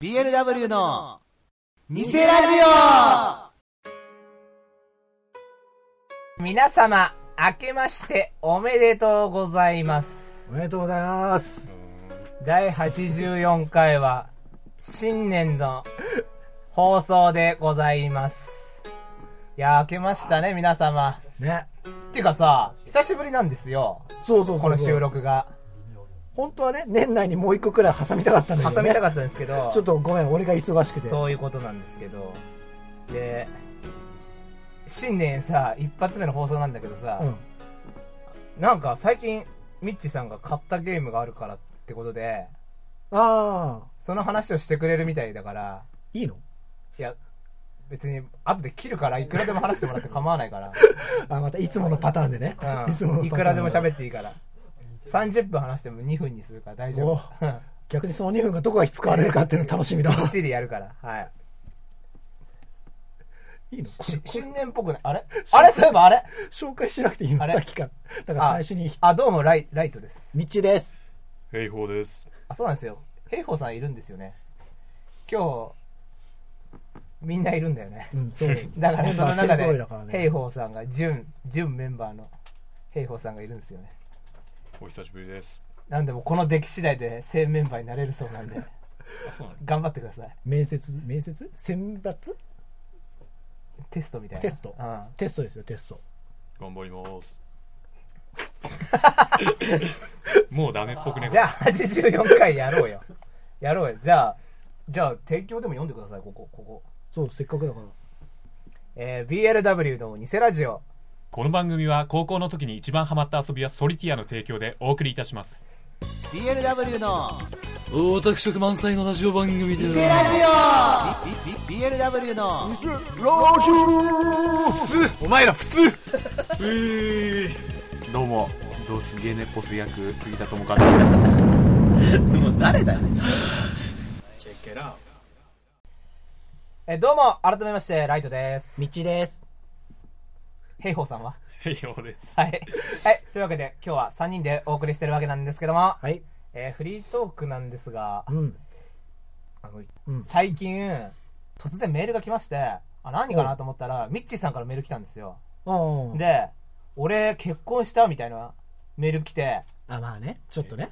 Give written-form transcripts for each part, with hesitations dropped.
BLW の偽ラジオ。皆様明けましておめでとうございます。 おめでとうございます。 第84回は新年の放送でございます。いや明けましたね皆様ね。 っていうかさ、久しぶりなんですよ。 そうこの収録が本当はね、年内にもう一個くらい挟みたかったんだけどね。 挟みたかったんですけど、 ちょっとごめん、俺が忙しくて。 そういうことなんですけど、で新年さ一発目の放送なんだけどさ、なんか最近ミッチーさんが買ったゲームがあるからってことで、その話をしてくれるみたいだから。 いいの？ いや別に後で切るからいくらでも話してもらって構わないからまたいつものパターンでね、 いくらでも喋っていいから、30分話しても2分にするから大丈夫逆にその2分がどこが使われるかっていうの楽しみだ。 きっちりやるから。はい、 いいの？ 新年っぽくない？あれそういえばあれ紹介しなくていいの？さっきからだから最初に。 どうもライトです。 みちです。 ヘイホーです。 そうなんですよ、ヘイホーさんいるんですよね今日。みんないるんだよね、 そうだからその中でヘイホーさんが準メンバーのヘイホーさんがいるんですよね。 お久しぶりです。 なんでもこの出来次第で正メンバーになれるそうなんで頑張ってください。 面接選抜テストみたいな。 テストですよ、テスト。 頑張りますもうダメっぽくね。 じゃあ84回やろうよじゃあ提供でも読んでください。ここそう、せっかくだから。 BLW の偽ラジオ。 この番組は高校の時に一番ハマった遊びはソリティアの提供でお送りいたします。 BLW のオタク色満載のラジオ番組で偽ラジオ。BLW の偽ラジオ。普通お前ら普通どうもドスゲネポス役杉田智和ですもう誰だよチェッケラどうも改めましてライトです。 みちです。 ヘイホーさんはヘイホーです。 はい、というわけで今日は3人でお送りしてるわけなんですけども、 はい。 フリートークなんですが、最近突然メールが来まして、何かなと思ったらミッチーさんからメール来たんですよ。で俺結婚したみたいなメール来て、 まあね、ちょっとね、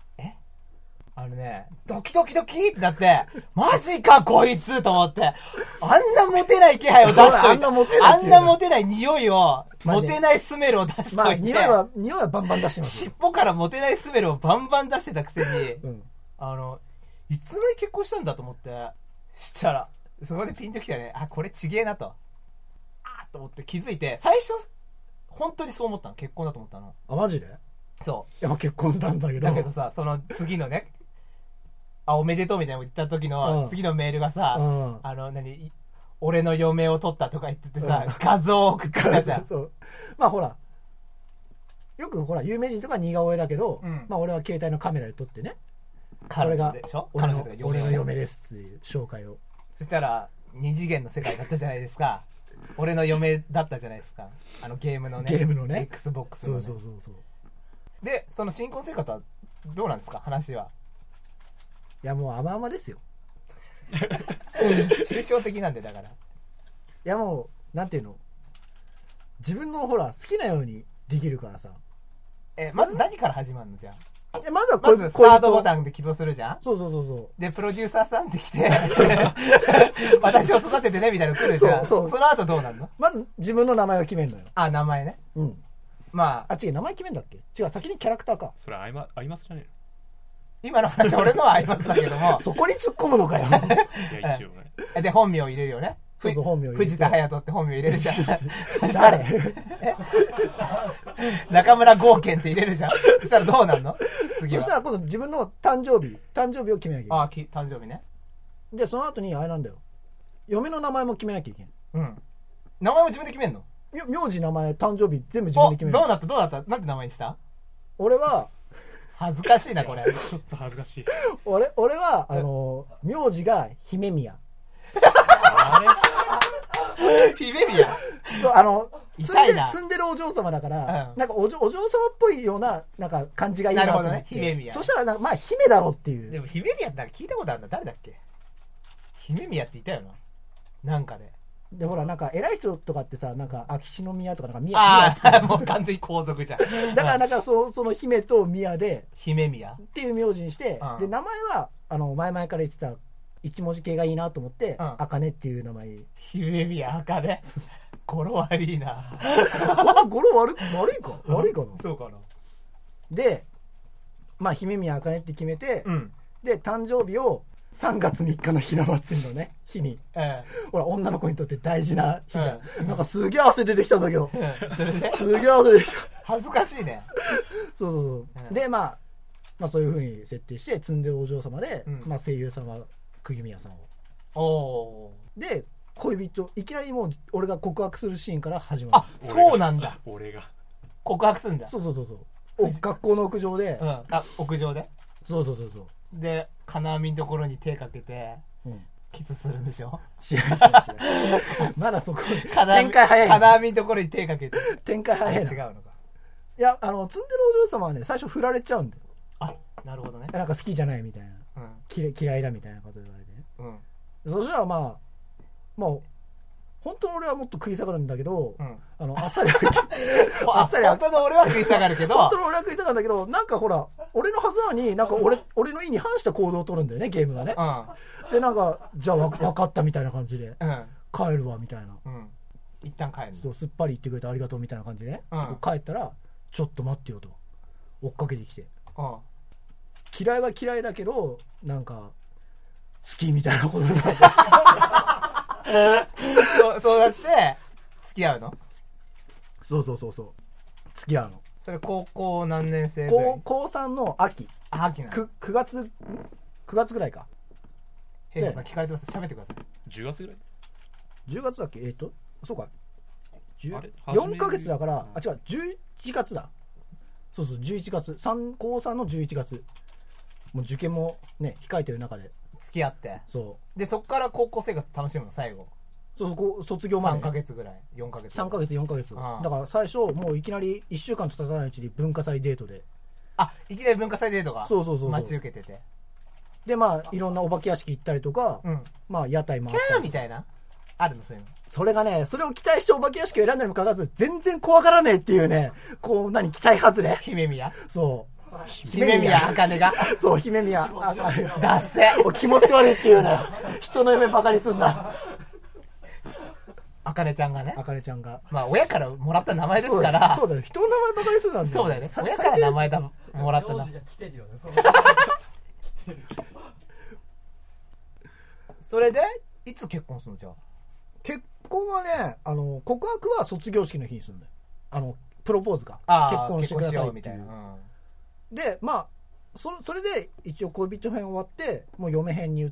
ドキドキってなって、マジかこいつと思って、あんなモテない気配を出しといて、あんなモテない匂いを、モテないスメルを出しといて、 匂いはバンバン出してます。 尻尾からモテないスメルをバンバン出してたくせに、いつの間に結婚したんだと思って、したら、そこでピンときたね。これちげえなと。と思って気づいて、最初、本当にそう思ったの。結婚だと思ったの。 マジで？ そう。 いや、結婚なんだけど。 だけどさ、その次のね、おめでとうみたいなの言った時の次のメールがさ、俺の嫁を取ったとか言っててさ、画像を送ってきたじゃん。 そう。まあほら、よくほら有名人とか似顔絵だけど、まあ俺は携帯のカメラで撮ってね、 彼女でしょ？彼女とか俺の嫁ですっていう紹介を。 そしたら二次元の世界だったじゃないですか。俺の嫁だったじゃないですか。ゲームのね。Xbox のね。そう。で、その新婚生活はどうなんですか？話は。 いやもう甘々ですよ抽象的なんで。だからいやもうなんていうの、自分のほら好きなようにできるからさ。 まず何から始まるの？じゃあまずスタートボタンで起動するじゃん。 そうでプロデューサーさんって来て私を育ててねみたいなの来るじゃん。その後どうなるの？ まず自分の名前を決めるのよ。 名前ね。 違う、名前決めるんだっけ？違う、先にキャラクターか。 それアイマスじゃねえの？ 今の話俺のはアイマスだけどもそこに突っ込むのかよ。 いや一応ね。 で本名を入れるよね。 本名藤田隼人って本名入れるじゃん。 誰？ 中村剛健って入れるじゃん。そしたらどうなんの？次は。 そしたら今度自分の誕生日を決めなきゃいけない。 誕生日ね。 でその後にあれなんだよ、嫁の名前も決めなきゃいけない。 名前も自分で決めんの？ 名字、名前、誕生日全部自分で決める。 どうなったなんて名前にした？ 俺は恥ずかしいなこれ。 ちょっと恥ずかしい。 俺は名字が姫宮。 姫宮。 そう痛いな。 住んでるお嬢様だから、なんかお嬢様っぽいようななんか感じがいいなと思って。 なるほどね。姫宮。 そしたらまあ姫だろっていう。 でも姫宮ってなんか聞いたことあるんだ。誰だっけ？ 姫宮っていたよな、なんかで。 でほらなんか偉い人とかってさ、なんか秋篠宮とかなんか宮ああもう完全に皇族じゃん。 だからなんかその姫と宮で姫宮っていう名字にして、で名前は前々から言ってた一文字系がいいなと思って、茜っていう名前。 姫宮茜語呂悪いな。 そんな語呂悪いかな。 そうかな。 でまあ姫宮茜って決めて、で誕生日を3月3日のひな祭りのね日に、ほら女の子にとって大事な日じゃん、なんかすげえ汗出てきたんだけど、 それですげえ汗出てきた。 恥ずかしいね。 そう、でまあそういう風に設定して積んでるお嬢様で、まあ声優さんは釘宮さんを。で恋人、いきなりもう俺が告白するシーンから始まる。 あ、そうなんだ。 俺が告白するんだ。そう学校の屋上で、 屋上で、 そうで金網のところに手かけて、キスするんでしょ。 違うまだそこ展開早い。 金網のところに手かけて展開早い。違うのか。いや積んでるお嬢様はね最初振られちゃうんだよ。 あ、なるほどね。 なんか好きじゃないみたいな、嫌いだみたいなこと言われて、そしたらまあ本当の俺はもっと食い下がるんだけど、あっさり本当の俺は食い下がるけど、 本当の俺は食い下がるんだけど、なんかほら俺のはずなのになんか俺の意に反した行動を取るんだよね、ゲームがね。でなんかじゃあ分かったみたいな感じで、帰るわみたいな、 一旦帰る。 そうすっぱり言ってくれてありがとうみたいな感じでね、帰ったらちょっと待ってよと追っかけてきて、嫌いは嫌いだけどなんか好きみたいなことになってそうやって付き合うの？ そう付き合うの。 それ高校何年生？ 高3の秋なの。9月ぐらいか。 平野さん聞かれてます。喋ってください。 10月ぐらい 10月だっけ。そうか4ヶ月だから、違う11月だ。そう11月高3の11月、もう受験もね控えてる中で付き合って、 そうでそっから高校生活楽しむの最後。 そう卒業まで、 3ヶ月ぐらい4ヶ月 3ヶ月4ヶ月、だから最初もういきなり1週間と経たないうちに文化祭デートで、 いきなり文化祭デートがそう待ち受けてて、 でまあいろんなお化け屋敷行ったりとか、まあ屋台もあったりキャーみたいなあるの、そういうの。 それがね、それを期待してお化け屋敷を選んだにもかかわらず全然怖がらねえっていうね、こう期待外れ。 姫宮、 そう姫宮茜がそう姫宮茜だっせ気持ち悪いっていうな、人の夢バカにすんな。 茜ちゃんがね、 茜ちゃんがまあ親からもらった名前ですから。 そうだよ、人の名前バカにするなんだよ。 そうだよね、親から名前もらったな。それでいつ結婚するの？じゃあ結婚はね、告白は卒業式の日にするんだよ。プロポーズか、結婚してくださいみたいな、でまあそれで一応恋人編終わってもう嫁編に移って、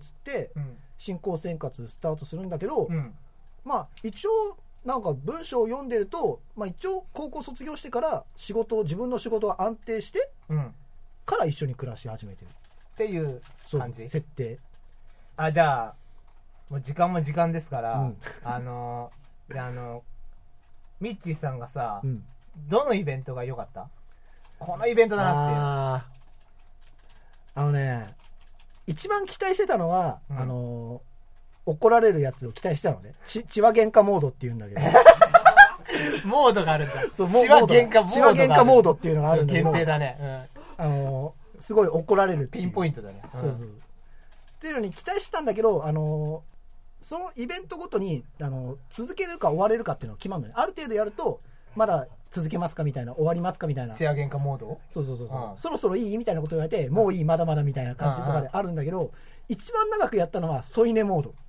新婚生活スタートするんだけど、まあ一応なんか文章を読んでると、まあ、一応高校卒業してから自分の仕事が安定して、から一緒に暮らし始めてるっていう感じ、 設定。 じゃあもう時間も時間ですから、じゃあミッチーさんがさ、どのイベントが良かった？このイベントだなっていう。 ね、一番期待してたのは、怒られるやつを期待してたのね。血は喧嘩モードっていうんだけどモードがあるんだ。 そう、 血は喧嘩モードっていうのがあるんだけど、 限定だね、 すごい怒られるっていうピンポイントだね、 そうっていうのに期待してたんだけど、そのイベントごとに続けるか終われるかっていうのが決まるのね。ある程度やるとまだ続けますかみたいな、終わりますかみたいな、 シェア喧嘩モード、 そう、そろそろいいみたいなこと言われて、もういいまだまだみたいな感じとかであるんだけど、一番長くやったのは添い寝モード。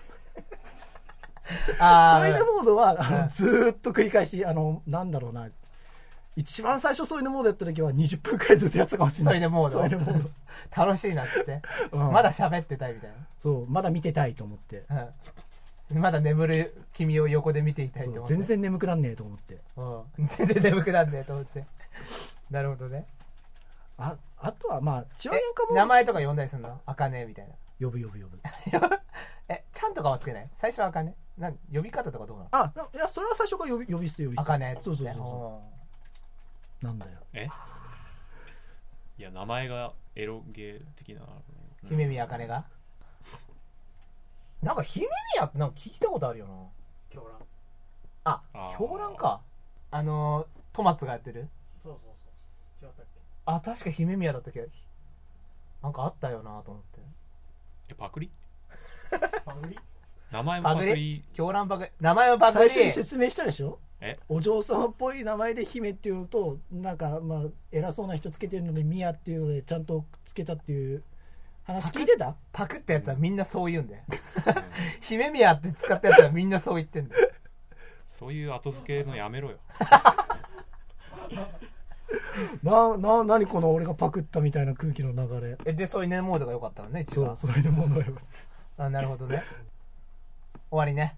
添い寝モードはずーっと繰り返し、なんだろうな、一番最初添い寝モードやった時は20分くらいずつやってたかもしれない。 添い寝モード楽しいなって、まだ喋ってたいみたいな。 そう、まだ見てたいと思って、 まだ眠る君を横で見ていたいと思って、 全然眠くなんねえと思って、 全然眠くなんねえと思って。なるほどね。 あとはまあ血は喧嘩も名前とか呼んだりするの？あかねみたいな。 呼ぶちゃんとかはつけない？最初はあかね、呼び方とかどうなの？ いや、それは最初から呼び捨てあかね。 そうなんだよ。 いや、名前がエロゲー的な。 姫宮あかねがなんか姫宮ってなんか聞いたことあるよな。 狂乱。 あ、狂乱か。トマツがやってる。 そうそうそう。違ったっけ。 あ、確か姫宮だったけど、なんかあったよなと思って。 パクリパクリ？ 名前もパクリ。 狂乱パクリ。名前もパクリ。 最初に説明したでしょ。 え？ お嬢様っぽい名前で姫っていうのと、なんかまあ偉そうな人つけてるので宮っていうのでちゃんとつけたっていう話聞いてた？ パクったやつはみんなそう言うんだよ。姫宮って使ったやつはみんなそう言ってんだよ。 そういう後付けのやめろよ。 何この俺がパクったみたいな空気の流れ。 で、そういうねモードが良かったのね、一番。 そういうものが良かった。あ、なるほどね。終わりね。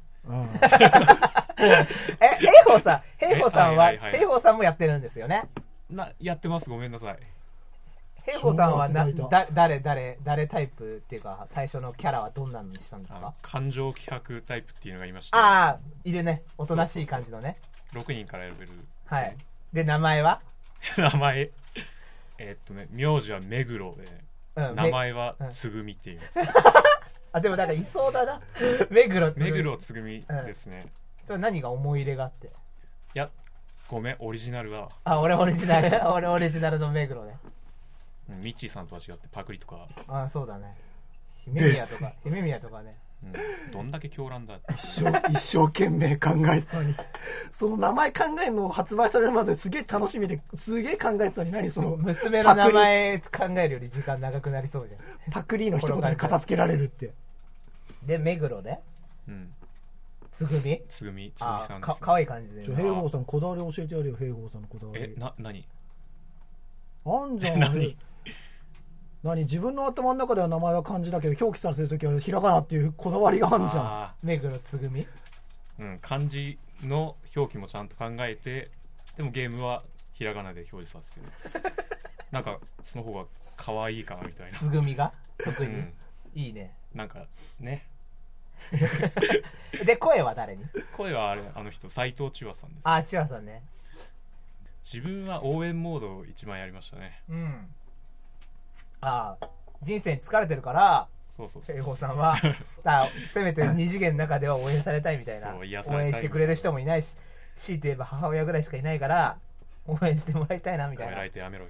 平方さんは、平方さんもやってるんですよね。 やってます。ごめんなさい。 平方さんは誰タイプっていうか、最初のキャラはどんなのにしたんですか？ 感情希薄タイプっていうのがいまして。 ああ、いるね。おとなしい感じのね。 6人から選べる。 はい。で、名前は名前、名字は目黒で、名前はつぐみっていう。 あ、でもなんかいそうだな。目黒つぐみですね。 それは何が思い入れがあって？ いや、ごめん、オリジナルは。 あ、俺オリジナルの目黒ね。 ミッチーさんとは違ってパクリとか。 あ、そうだね。姫宮とかね。 どんだけ狂乱だ。 一生懸命考えてたのに、その名前考えるのを発売されるまですげえ楽しみですげえ考えてたのに、何その娘の名前考えるより時間長くなりそうじゃん。 パクリの一言で片付けられるって。 で、目黒でつぐみさんです、 かわいい感じで。 平方さんこだわり教えてやるよ。平方さんのこだわり。 何あんじゃん。何自分の頭の中では名前は漢字だけど表記させるときはひらがなっていうこだわりがあるじゃん。目黒つぐみ。 漢字の表記もちゃんと考えて、でもゲームはひらがなで表示させてる。なんかその方が可愛いかなみたいな。 つぐみが特に、いいね。 なんかね。 で、声は誰に？ 声はあの人、斎藤千和さんです。 あ、千和さんね。 自分は応援モードを一番やりましたね。 ああ、人生に疲れてるから、平方さんはせめて2次元の中では応援されたいみたいな。応援してくれる人もいないし、強いて言えば母親ぐらいしかいないから応援してもらいたいなみたいな。 やめろよ。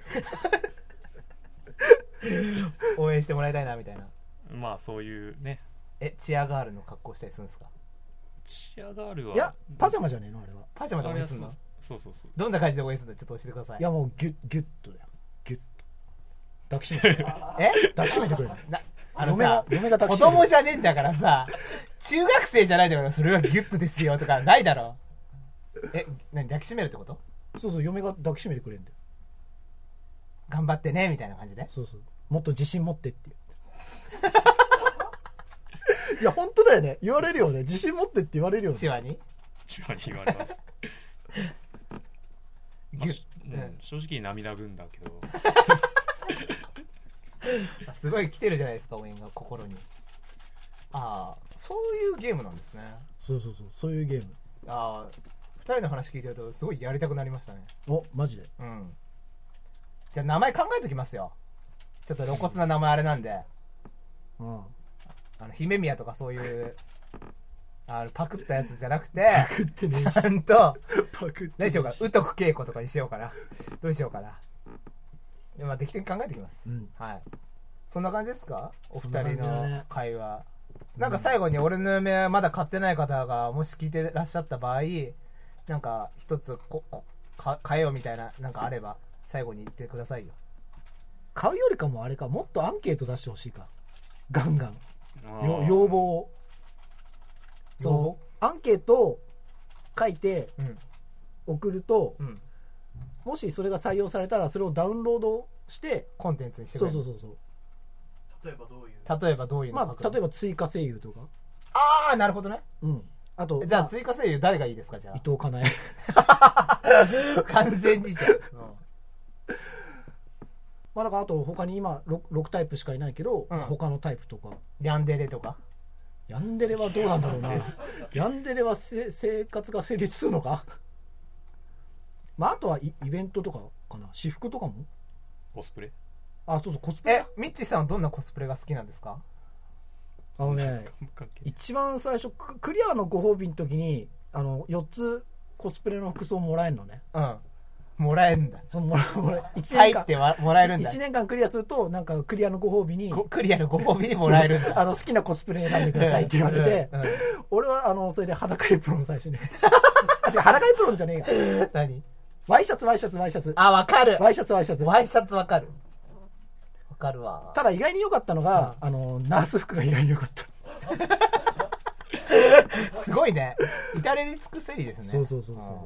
応援してもらいたいなみたいな。 まあそういうね。 チアガールの格好したりするんですか？ チアガールは、 いやパジャマじゃねえのあれは。 パジャマで応援するの？ そうどんな感じで応援するの？ちょっと教えてください。 いやもうギュッとだよ。ギュッと抱きしめて抱きしめてくれる。 嫁が子供じゃねえんだからさ、中学生じゃないんだからそれはギュッとですよとかないだろ。何抱きしめるってこと？ そう、嫁が抱きしめてくれるんだよ。 頑張ってねみたいな感じで。 そう、もっと自信持ってっていや本当だよね。言われるよね。自信持ってって言われるよね。 チワに言われます。正直涙ぐんだけどすごい来てるじゃないですか、応援が心に。ああ、そういうゲームなんですね。 そういうゲーム。 ああ、2人の話聞いてるとすごいやりたくなりましたね。 お、マジで？ じゃあ名前考えときますよ。ちょっと露骨な名前あれなんで。姫宮とかそういうパクったやつじゃなくて、ちゃんと何しようか、宇徳恵子とかにしようかな。どうしようかな。でも適当に考えてきます。はい。そんな感じですか？お二人の会話。なんか最後に俺の嫁まだ買ってない方がもし聞いてらっしゃった場合、なんか一つ買えよみたいななんかあれば最後に言ってくださいよ。 買うよりかもあれか、もっとアンケート出してほしいか。ガンガン。要望を。アンケートを書いて送ると、もしそれが採用されたらそれをダウンロードしてコンテンツにしてくれる。 そう例えばどういうの書くの？ 例えば追加声優とか。 ああ、なるほどね。 あとじゃあ追加声優誰がいいですか？じゃあ伊藤かなえ完全にじゃん。 だからあと他に今 6タイプしかいないけど、他のタイプとかヤンデレとか。 ヤンデレはどうなんだろうな。ヤンデレは生活が成立するのかあとはイベントとかかな。私服とかもコスプレ。 そうコスプレ。 ミッチーさんはどんなコスプレが好きなんですか？ 一番最初クリアのご褒美の時に4つコスプレの服装もらえるのね。 もらえるんだ。 1 入ってもらえるんだ。 1年間クリアするとなんかクリアのご褒美にクリアのご褒美にもらえるんだ。 好きなコスプレ選んでくださいって言われて、俺はそれで裸エプロン最初に違う、裸エプロンじゃねえよ。 何？ ワイシャツ。 わかる。 ワイシャツ。 ワイシャツわかる。わかるわ。 ただ意外に良かったのが、ナース服が意外に良かった。 すごいね。至れり尽くせりですね。 そう。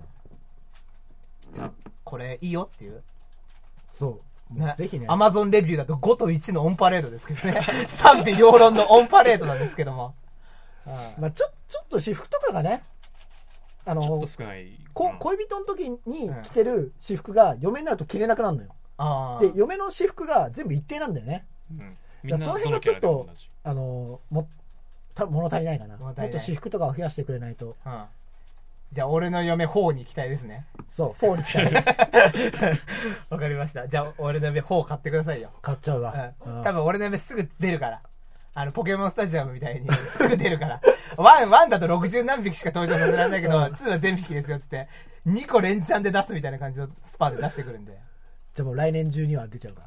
じゃあこれいいよっていう。 そう。ぜひね。 アマゾンレビューだと5と1のオンパレードですけどね。賛否両論のオンパレードなんですけども。 まあちょっと私服とかがね、 ちょっと少ない。 恋人の時に着てる私服が嫁になると着れなくなるのよ。で、嫁の私服が全部一定なんだよね。その辺がちょっと物足りないかな。もっと私服とかを増やしてくれないと。 じゃあ俺の嫁4に期待ですね。 そう、4に期待。 わかりました。じゃあ俺の嫁4買ってくださいよ。 買っちゃうわ。 多分俺の嫁すぐ出るから。ポケモンスタジアムみたいにすぐ出るから。1だと60何匹しか登場させられないけど、2は全匹ですよっつって、2個連チャンで出すみたいな感じのスパで出してくるんで。 じゃあもう来年中には出ちゃうから。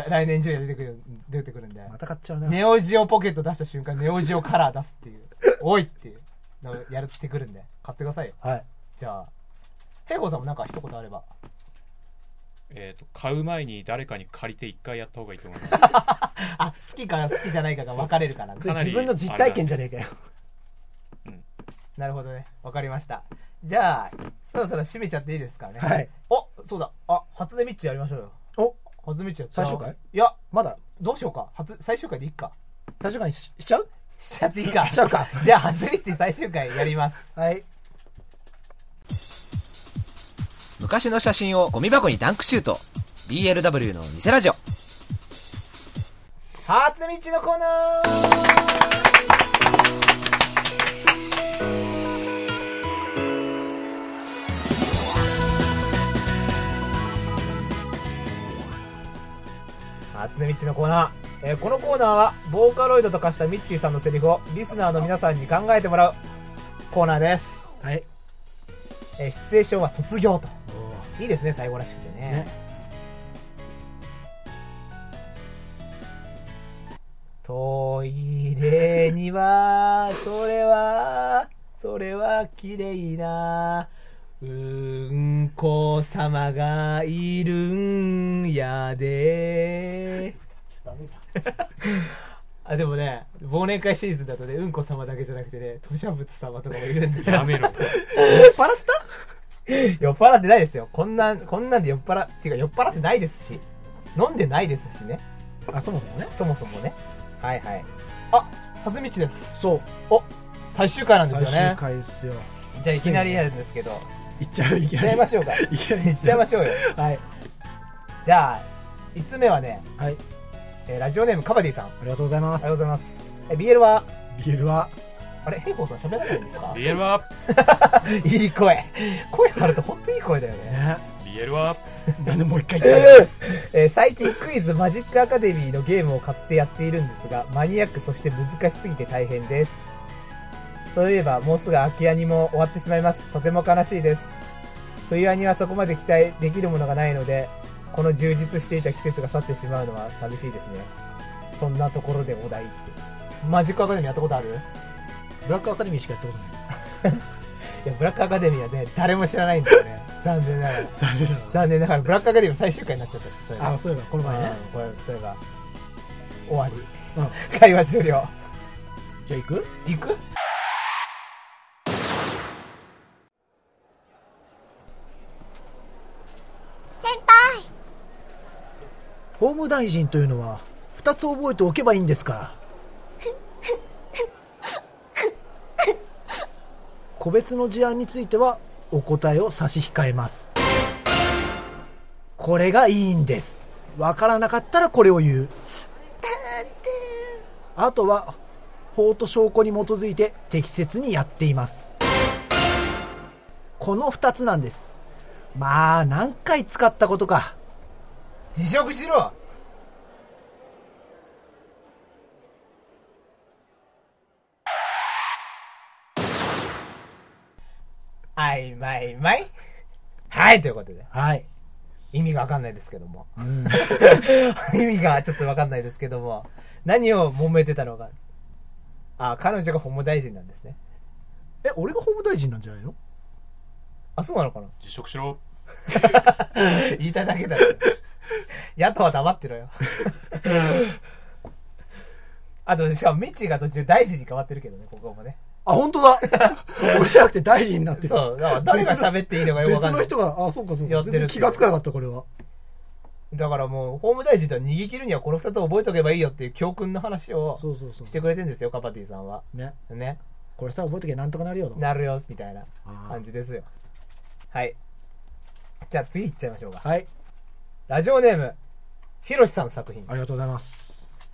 来年中には出てくるんで。 また買っちゃうな。 ネオジオポケット出した瞬間、ネオジオカラー出すっていう。おいっていうのをやってくるんで、買ってくださいよ。 はい。 じゃあ、平子さんもなんか一言あれば。 買う前に誰かに借りて一回やった方がいいと思います。 好きか好きじゃないかが分かれるからね。 自分の実体験じゃねえかよ。 なるほどね。分かりました。じゃあ、そろそろ締めちゃっていいですかね。 はい。 そうだ。初音ミッチやりましょうよ。初音ミッチやっちゃう。 最終回？ いや、 まだ。 どうしようか。最終回でいいか。 最終回にしちゃう？ しちゃっていいか。 しちゃうか。 じゃあ、初音ミッチ最終回やります。 はい。 昔の写真をゴミ箱にダンクシュート。BLW の偽ラジオ。 初音ミッチのコーナー。初音ミッチのコーナー。このコーナーはボーカロイドと化したミッチーさんのセリフをリスナーの皆さんに考えてもらうコーナーです。 はい。 シチュエーションは卒業と。いいですね、最後らしくてね。トイレにはそれは綺麗なうんこ様がいるんやで。でもね、忘年会シーズンだとね、うんこ様だけじゃなくてね、吐砂物様とかもいるんで。 やめろ。 酔っ払った酔っ払ってないですよ。こんなんで酔っ払ってないですし、飲んでないですしね。 そもそもね。 そもそもね。はいはい。初道です。 そう。 最終回なんですよね。 最終回ですよ。 じゃあいきなりやるんですけど。 いっちゃいましょうか。いっちゃいましょうよ。 はい。 じゃあ、5つ目はね、 はい。 ラジオネームカバディさん。 ありがとうございます。 ありがとうございます。BL はあれ、平方さん喋らないんですか？ BL はいい声張ると本当にいい声だよね。 BL はなんでもう一回言ったの最近クイズマジックアカデミーのゲームを買ってやっているんですが、マニアックそして難しすぎて大変です。そういえばもうすぐ秋アニも終わってしまいます。とても悲しいです。冬アニはそこまで期待できるものがないので、この充実していた季節が去ってしまうのは寂しいですね。そんなところでお題って。マジックアカデミーやったことある？ ブラックアカデミーしかやったことない。 いや、ブラックアカデミーはね、誰も知らないんだよね。残念ながら。残念ながら、ブラックアカデミー最終回になっちゃったし。 そういえば、この前ね。 そういえば、終わり。会話終了。 じゃあ行く？ 先輩！ 法務大臣というのは、2つ覚えておけばいいんですか？個別の事案についてはお答えを差し控えます。これがいいんです。わからなかったらこれを言う。あとは法と証拠に基づいて適切にやっています。この2つなんです。まあ何回使ったことか。 辞職しろ。 マイマイマイ。はい、ということで。 はい。 意味がわかんないですけども。意味がちょっとわかんないですけども。何を揉めてたのか。あ、彼女が法務大臣なんですね。 俺が法務大臣なんじゃないの？ あ、そうなのかな？ 辞職しろ。 言いたいだけだよ。野党は黙ってろよ。あと、しかもミッチーが途中大臣に変わってるけどね、ここもね。 あ、本当だ。俺じゃなくて大臣になってる。 そう、だから誰が喋っていいのかよくわかんない。 別の人が、そうかそうか。 やってる。 気がつかなかった、これは。 だからもう、法務大臣と逃げ切るにはこの二つを覚えておけばいいよっていう教訓の話をしてくれてるんですよ、カパティさんは。ね。 これさ、覚えとけなんとかなるよと。 なるよ、みたいな感じですよ。はい。じゃあ次行っちゃいましょうか。 はい。 ラジオネーム、ひろしさんの作品。 ありがとうございます。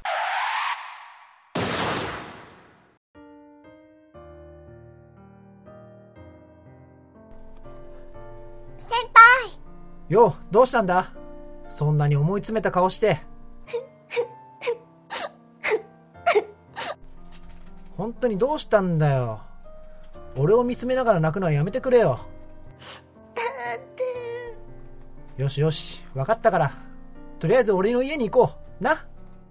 先輩。 よう、どうしたんだ？そんなに思い詰めた顔して。本当にどうしたんだよ。俺を見つめながら泣くのはやめてくれよ。よしよし、分かったから。とりあえず俺の家に行こう。な。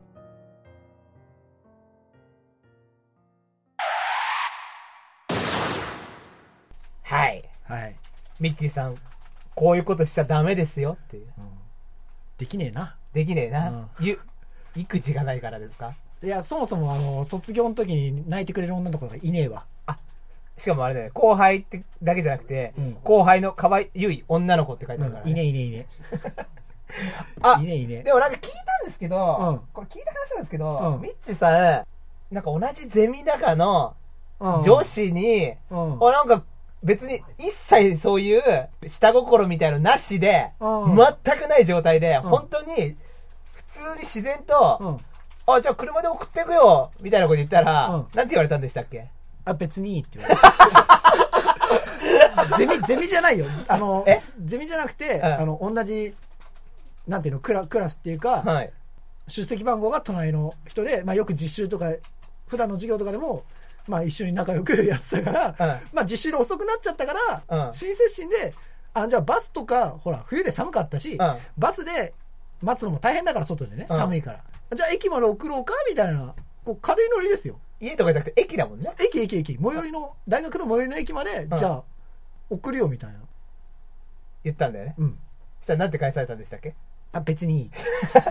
はい。 はい。 ミッチーさん、こういうことしちゃダメですよっていう。 できねえな。 できねえな。育児がないからですか？ いや、そもそも卒業の時に泣いてくれる女の子がいねえわ。 しかもあれだね、後輩ってだけじゃなくて、後輩の可愛い女の子って書いてあるからね。 いねいね。 あ、いね。でもなんか聞いたんですけど、これ聞いた話なんですけど、ミッチさん、なんか同じゼミ仲の女子に、なんか別に一切そういう下心みたいなのなしで、全くない状態で、本当に普通に自然と、じゃあ車で送っていくよみたいなこと言ったら、なんて言われたんでしたっけ？ 別にいいって言われた。ゼミじゃないよ。ゼミじゃなくて、同じ、なんていうの、クラスっていうか、出席番号が隣の人で、よく実習とか、普段の授業とかでも、一緒に仲良くやってたから、実習で遅くなっちゃったから、親切心で、じゃあバスとか、ほら、冬で寒かったし、バスで待つのも大変だから、外でね、寒いから。じゃあ駅まで送ろうかみたいな、軽いノリですよ。 家とかじゃなくて駅だもんね。 駅。最寄りの、大学の最寄りの駅まで、じゃあ、送るよみたいな。 言ったんだよね。そしたらなんて返されたんでしたっけ？ 別にいい。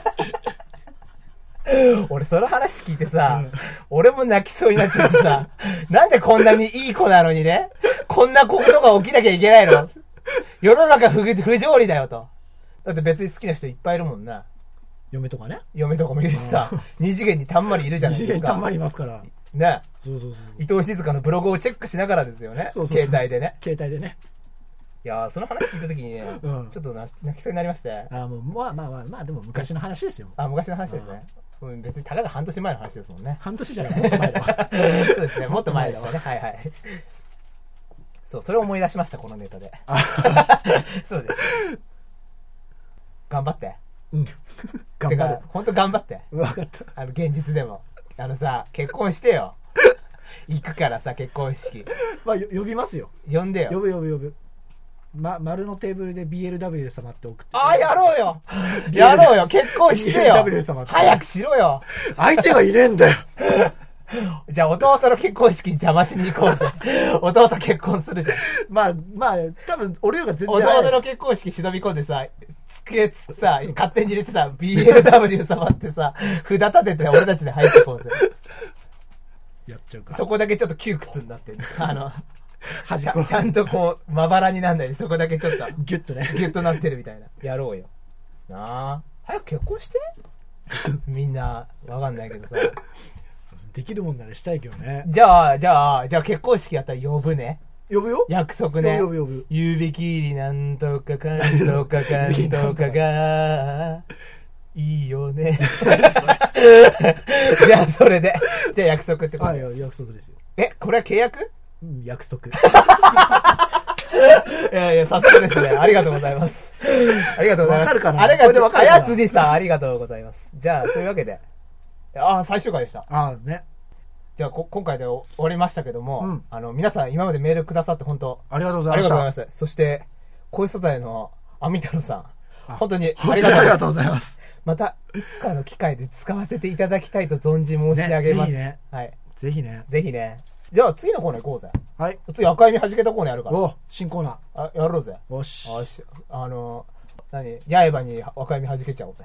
俺その話聞いてさ、俺も泣きそうになっちゃってさ、なんでこんなにいい子なのにね、こんなことが起きなきゃいけないの？世の中不条理だよと。だって別に好きな人いっぱいいるもんな。 嫁とかね。 嫁とかもいるしさ、二次元にたんまりいるじゃないですか。 二次元たんまりいますから。 ね。伊藤静香のブログをチェックしながらですよね。携帯でね。いやー、その話聞いたときにね、ちょっと泣きそうになりまして。 でも昔の話ですよ。 昔の話ですね。別にたかが半年前の話ですもんね。 半年じゃない、もっと前だわ。 そうですね、もっと前でしたね。はい。そう、それを思い出しました、このネタで。そうです。頑張って。 頑張る。 ほんと頑張って。 わかった。 現実でも。結婚してよ。行くからさ、結婚式。 呼びますよ。 呼んでよ。 呼ぶ。丸のテーブルで BLW 様って送って。 やろうよ。結婚してよ。BLW 様って。早くしろよ。 相手がいねえんだよ。 じゃあ弟の結婚式に邪魔しに行こうぜ。弟結婚するじゃん。 多分俺らが全然。 弟の結婚式忍び込んでさ、机さ、勝手に入れてさ、BLW 様ってさ、札立てて俺たちで入ってこうぜ。 やっちゃうか。 そこだけちょっと窮屈になってる。ちゃんとこう、まばらになんないで、そこだけちょっと。 ギュッとね。 ギュッとなってるみたいな。やろうよ。なあ。早く結婚してみんな、わかんないけどさ。 できるもんならしたいけどね。 じゃあ結婚式やったら呼ぶね。 呼ぶよ。 約束ね。 呼ぶ。 言うべきりなんとかかんとかが、いいよね。じゃあそれで。じゃあ約束ってこと。 約束ですよ。 これは契約？ 約束。 いや、さすがですね。ありがとうございます。ありがとうございます。 わかるかな？ あやつじさん、ありがとうございます。じゃあ、そういうわけで。最終回でした。 ね。 じゃあ今回で終わりましたけども、皆さん今までメールくださって本当ありがとうございました。ありがとうございます。そして声素材のアミ太郎さん、本当にありがとうございます。 またいつかの機会で使わせていただきたいと存じ申し上げます。 ね、 はい。 ぜひね。 ぜひね。じゃあ次のコーナー行こうぜ。 はい。 次赤い実はじけたコーナーやるから。 お、新コーナー。やろうぜ。 よし。 よし。刃に赤い実はじけちゃおうぜ。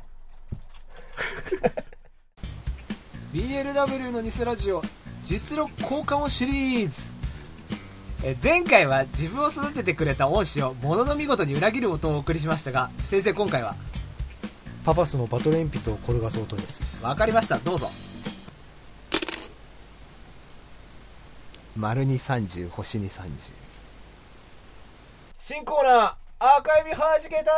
BLW の偽ラジオ実力交換をシリーズ。前回は自分を育ててくれた恩師をものの見事に裏切る音をお送りしましたが、先生今回はパパスのバトル鉛筆を転がそうとです。 わかりました、どうぞ。丸に30星に30。 新コーナー赤い実はじけた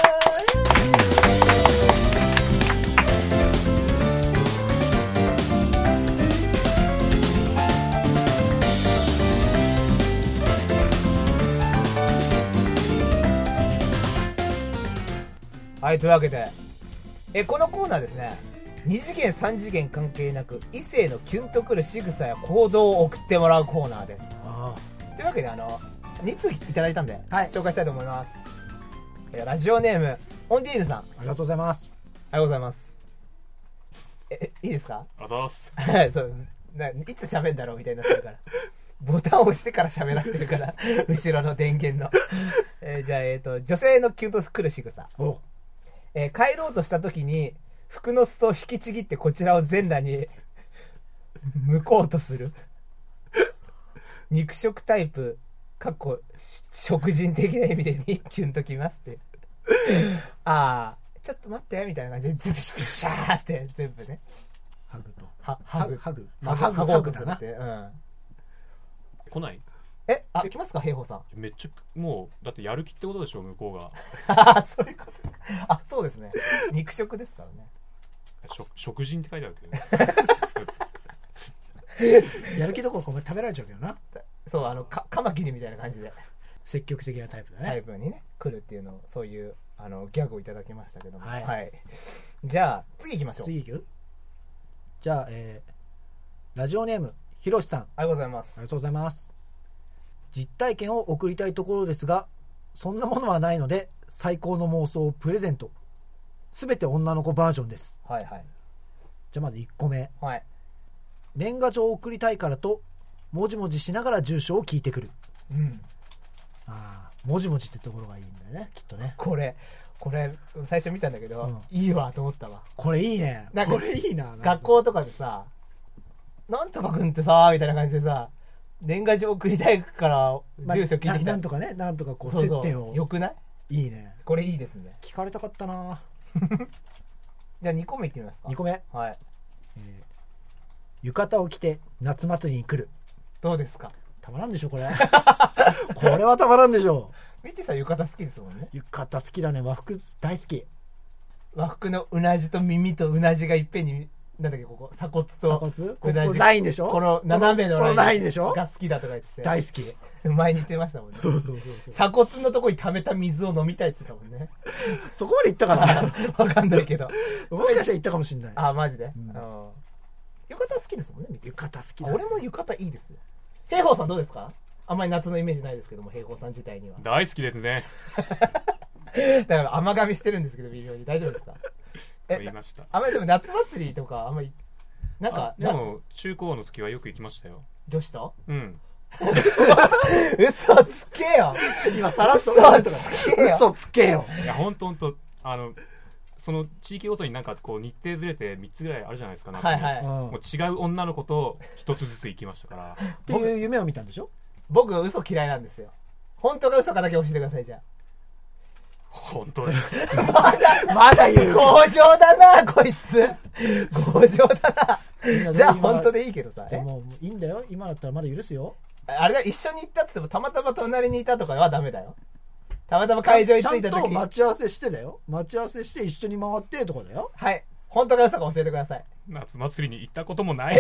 はい、というわけでこのコーナーですね、2次元3次元関係なく異性のキュンとくる仕草や行動を送ってもらうコーナーです。というわけで2通いただいたんで、はい、紹介したいと思います。ラジオネームオンディーヌさん、 ありがとうございます。 ありがとうございます。いいですか？ あざーす。 そういつ喋るんだろうみたいになってるからボタンを押してから喋らせてるから後ろの電源のじゃあ女性のキュンとくる仕草。帰ろうとした時に服の裾を引きちぎってこちらを全裸に向こうとする肉食タイプ食人的な意味でにキュンときますってああちょっと待ってみたいな感じでズビシビシャーって全部ねハグとハグハグとするって、 来ない？ 来ますか平方さん。 めっちゃもうだってやる気ってことでしょ向こうがそういうことそうですね、肉食ですからね。 食人って書いてあるけどやる気どころかお前食べられちゃうけどな。 そうカマキリみたいな感じで積極的なタイプだね。 タイプにね来るっていうのをそういうギャグをいただきましたけども、 はい、 はい、じゃあ次行きましょう。 次行く？じゃあ、ラジオネームひろしさん、 ありがとうございます。 ありがとうございます。実体験を送りたいところですがそんなものはないので最高の妄想をプレゼント。すべて女の子バージョンです。 はいはい。 じゃあまず1個目、 はい、 年賀状を送りたいからともじもじしながら住所を聞いてくる。もじもじってところがいいんだよねきっとね。 これ最初見たんだけど、いいわと思ったわ。 これいいね。これいいな。 学校とかでさなんとかくんってさみたいな感じでさ年賀状送りたいから住所聞いてきた、 なんとかね、なんとかこう接点を。 よくない？ いいね。 これいいですね。 聞かれたかったなじゃあ2個目いってみますか。 2個目、 はい、 浴衣を着て夏祭りに来る。 どうですか？ たまらんでしょこれこれはたまらんでしょ。 みちさん浴衣好きですもんね。 浴衣好きだね。和服大好き。 和服のうなじと耳とうなじがいっぺんになんだっけここ鎖骨とうなじラインでしょ。 この斜めのラインでしょが好きだとか言ってて大好き。 前に言ってましたもんね。 そう鎖骨のとこに溜めた水を飲みたいって言ってたもんねそこまで言ったかなわかんないけどもしかしたら言ったかもしれない。 マジで、浴衣好きですもんね。 浴衣好きだ、ね、 俺も浴衣いいですよ。平方さんどうですか？あんまり夏のイメージないですけども平方さん自体には。 大好きですねだから甘噛みしてるんですけど微妙に。大丈夫ですか？ 言いました。 あんまりでも夏祭りとかあんまりなんかでも中高の時はよく行きましたよ。 女子と？嘘つけよ今さらっと嘘つけよ。 いや本当その地域ごとになんかこう日程ずれて3つぐらいあるじゃないですか。もう違う女の子と1つずつ行きましたからっていう夢を見たんでしょ。 僕嘘嫌いなんですよ。本当か嘘かだけ教えてください。じゃあ本当ですまだ言う。 強情だなこいつ強情だなじゃあ本当でいいけどさ。 もういいんだよ。今だったらまだ許すよ。 あれだ、一緒に行ったって言ってもたまたま隣にいたとかはダメだよ。たまたま会場に着いた時にちゃんと待ち合わせしてだよ。待ち合わせして一緒に回ってとかだよ。 はい。本当か嘘か教えてください。 夏祭りに行ったこともない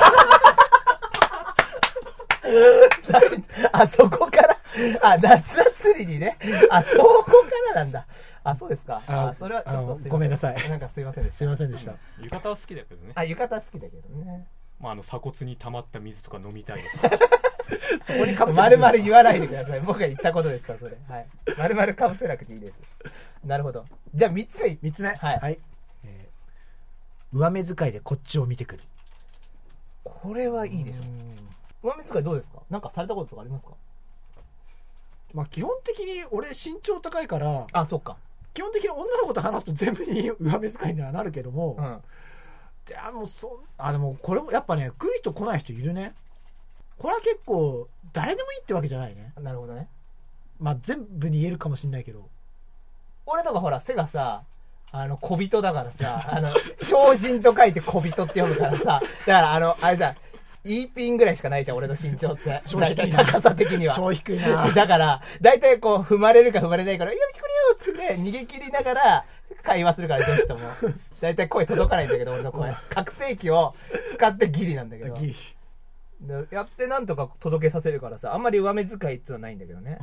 そこから夏祭りにね。そこからなんだ。そうですか。それはちょっとすいません。 ごめんなさい。 なんかすいませんでした。 すいませんでした。 浴衣は好きだけどね。 浴衣好きだけどね。 まあ、鎖骨に溜まった水とか飲みたいですそこにかぶせなくていい。丸々言わないでください。僕が言ったことですからそれ。はい。丸々かぶせなくていいです。なるほど。じゃあ3つ目。 3つ目。 はい。 はい。上目遣いでこっちを見てくる。 これはいいでしょ。上目遣いどうですか？なんかされたこととかありますか？ まあ基本的に俺身長高いから。 あ、そっか。 基本的に女の子と話すと全部に上目遣いにはなるけども。でもこれもやっぱね、来る人来ない人いるね。これは結構誰でもいいってわけじゃないね。 なるほどね。 まあ全部に言えるかもしれないけど。 俺とかほら背がさ、小人だからさ、精進と書いて小人って読むからさ、だからあれじゃん、イーピンぐらいしかないじゃん、俺の身長って。大体高さ的には。 超低いな。 だから、大体こう、踏まれるか踏まれないから、いや、見てくれよっつって逃げ切りながら会話するから、女子とも。大体声届かないんだけど、俺の声。拡声器を使ってギリなんだけど。ギリ。やってなんとか届けさせるからさ、あんまり上目遣いってのはないんだけどね。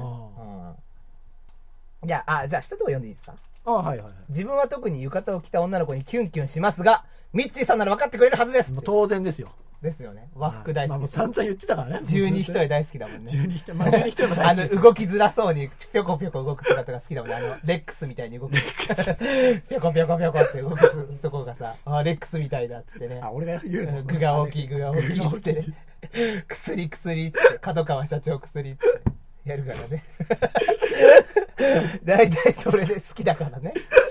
じゃあ下のとこ読んでいいですか？ はいはい。 自分は特に浴衣を着た女の子にキュンキュンしますが、ミッチーさんなら分かってくれるはずです。 当然ですよ。 ですよね。和服大好き。 もう散々言ってたからね。 十二一重大好きだもんね。 十二一重も大好き。 動きづらそうにぴょこぴょこ動く姿が好きだもんね。レックスみたいに動く。ぴょこぴょこぴょこって動くとこがさ、レックスみたいだっつってね。 俺が言うの。 具が大きいっつってね。薬っつって角川社長薬っつってやるからね。大体それで好きだからね。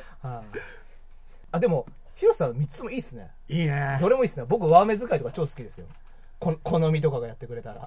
でも広瀬さん3つともいいっすね。 いいね。 どれもいいっすね。僕上目遣いとか超好きですよ。好みとかがやってくれたら。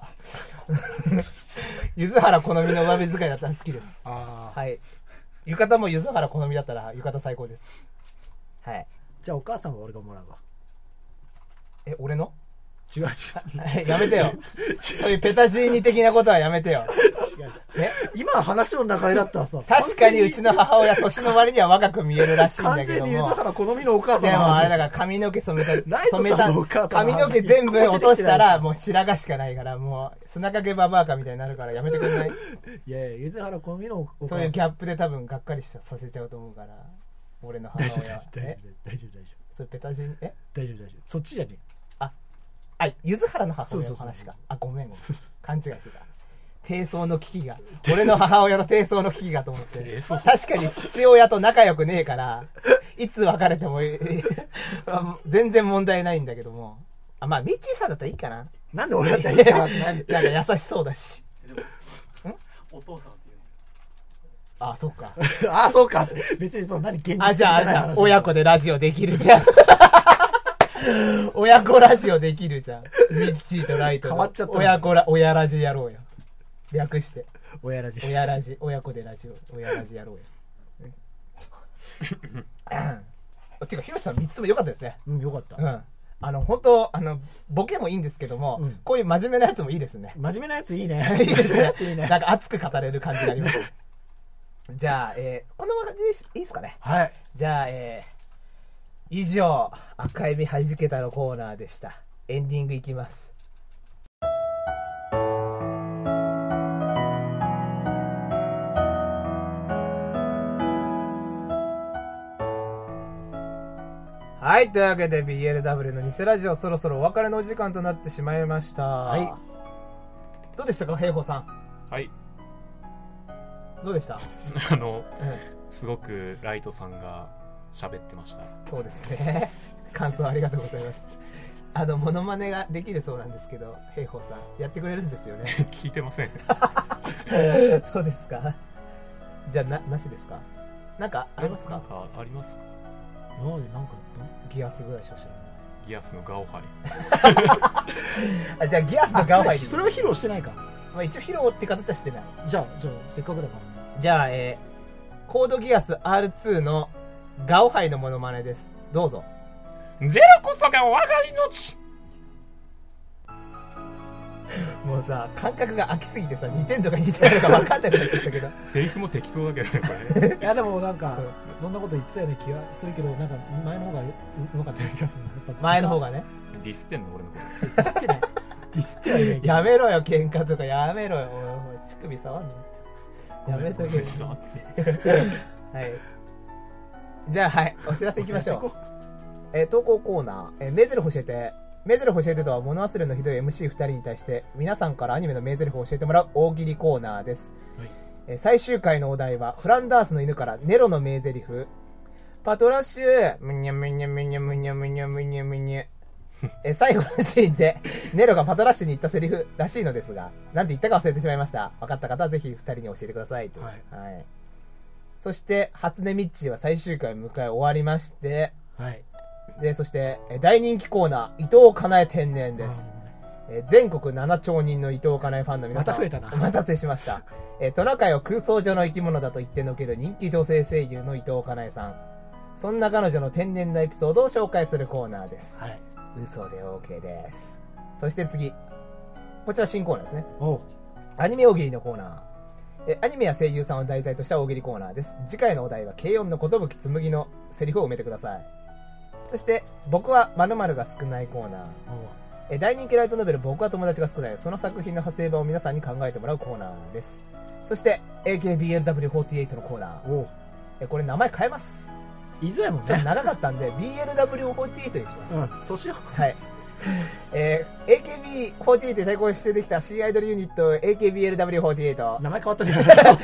柚原好みの上目遣いだったら好きです。はい。浴衣も柚原好みだったら浴衣最高です。はい。 じゃあお母さんは俺がもらうわ。 俺の？ 違う。 やめてよ。そういうペタジーニ的なことはやめてよ。 今話の中だったらさ。 確かにうちの母親、年の割には若く見えるらしいんだけども。 完全に柚原好みのお母さんの話。 でもあれだから髪の毛染めた、髪の毛全部落としたらもう白髪しかないから、もう砂かけババアかみたいになるからやめてくれない？ いや柚原好みのお母さん。 そういうギャップで多分がっかりさせちゃうと思うから、俺の母親。 大丈夫。 それペタジーニ、 大丈夫。そっちじゃねえ。柚原の母親の話か。ごめん。勘違いしてた。低層の危機が。俺の母親の低層の危機がと思って。確かに父親と仲良くねえから、いつ別れても全然問題ないんだけども。まあ、ミッチーさんだったらいいかな。 なんで俺だったらいいかなって。 なんか優しそうだし。 お父さんっていうそうか。 そうか。別に何現実じゃあ、親子でラジオできるじゃん。親子ラジオできるじゃん。ミッチーとライト。 変わっちゃった。 親ラジやろうよ。略して。 親ラジ。 親子でラジオ。親ラジやろうよ。てか、広瀬さん3つとも良かったですね。 良かった。 本当ボケもいいんですけども、こういう真面目なやつもいいですね。 真面目なやついいね。 いいですね。なんか熱く語れる感じがあります。じゃあ、こんな感じでいいですかね。 はい。 じゃあ、以上、赤エビはじけたのコーナーでした。エンディングいきます。はい、というわけで BLW の偽ラジオそろそろお別れのお時間となってしまいました。はい。どうでしたか、平保さん。 はい。 どうでした？ すごくライトさんが喋ってました。 そうですね。感想ありがとうございます。モノマネができるそうなんですけど、平保さんやってくれるんですよね。 聞いてません。 そうですか。じゃあなしですか。なんかありますか？ なんかありますか？ なんかギアスぐらいしか知らない。 ギアスのガオハイ。じゃあギアスのガオハイ。 それは披露してないか。 一応披露って形はしてない。 じゃあせっかくだから。 じゃあコードギアス R2 のガオハイのモノマネです。どうぞ。 ゼロこそが我が命。 もうさ、感覚が飽きすぎてさ、似てんとか似てないのか分かんなくなっちゃったけど。 セリフも適当だけどね、これ。 いやでもなんか、そんなこと言ってたような気がするけど、なんか前の方がうまかったような気がする。 前の方がね。 ディスってんの俺のこデと。 ィスってない。ディスってない。 やめろよ、喧嘩とかやめろよ。おい、乳首触んのって。やめとけよ。はい。じゃあ、はい、お知らせいきましょう。投稿コーナー、メーゼル教えて。 名台詞教えてとは物忘れのひどい MC2 人に対して皆さんからアニメの名台詞を教えてもらう大喜利コーナーです、はい。最終回のお題はフランダースの犬からネロの名台詞パトラッシュむにゃむにゃむにゃむにゃむにゃむにゃむにゃ最後のシーンでネロがパトラッシュに言ったセリフらしいのですが、なんて言ったか忘れてしまいました。分かった方はぜひ2人に教えてくださいと、はいはい。そして初音ミッチーは最終回を迎え終わりまして、はい、でそして大人気コーナー伊藤かなえ天然です。全国7兆人の伊藤かなえファンの皆さん、 また増えたな。 お待たせしました。トナカイを空想上の生き物だと言ってのける人気女性声優の伊藤かなえさん。そんな彼女の天然なエピソードを紹介するコーナーです、はい。嘘で OK です。そして次、こちら新コーナーですね。アニメ大喜利のコーナー。アニメや声優さんを題材とした大喜利コーナーです。次回のお題は軽音の寿紬のセリフを埋めてください。そして僕は〇〇が少ないコーナー。大人気ライトノベル僕は友達が少ない、その作品の派生版を皆さんに考えてもらうコーナーです。そして AKBLW48 のコーナー。これ名前変えます。 いずれもねちょっと長かったんで BLW48 にします。 うん、そうしよう。 はい。AKB48 で対抗してできた新アイドルユニット AKBLW48。 名前変わったじゃないですか。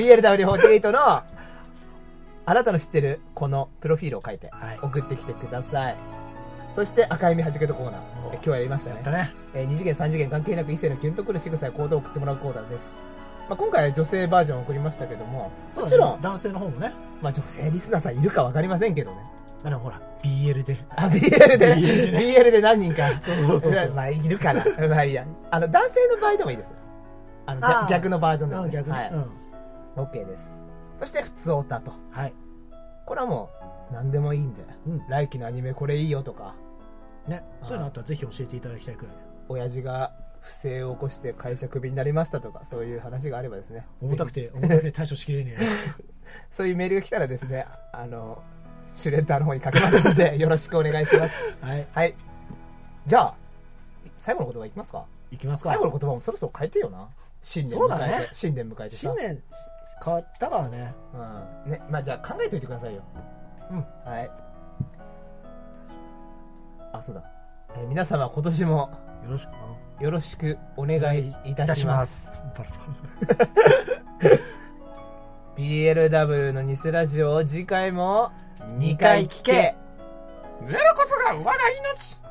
BLW48 のあなたの知ってるこのプロフィールを書いて送ってきてください。はい、そして赤弓はじけとコーナー。今日やりましたね。 やったね。 2次元3次元関係なく異性のキュンとくる仕草や行動を送ってもらうコーナーです。まあ、今回は女性バージョンを送りましたけども、もちろん男性の方もね、 まあ、女性リスナーさんいるか分かりませんけどね。 ほら BL で BL で BL で何人かそうまあいるからまあいいや、男性の場合でもいいです。逆のバージョンでも、ね、 逆に、はい、 OK です。そして普通オタと、 はい、 これはもう何でもいいんで、来期のアニメこれいいよとかね、そういうのあったらぜひ教えていただきたいくらい。 親父が不正を起こして会社クビになりましたとか、そういう話があればですね、 重たくて対処しきれねえそういうメールが来たらですね、シュレッダーの方にかけますのでよろしくお願いします。 はい、 はい、じゃあ最後の言葉いきますか。 いきますか。 最後の言葉もそろそろ変えてよな。新年迎えて、そうだね、新年迎えてさ、 新年変わったからね。 うんね、まあじゃあ考えておいてくださいよ。はい。あ、そうだ。皆様今年もよろしくお願いいたします。BLW のニセラジオを次回も2回聞け。 ゼロこそが我が命。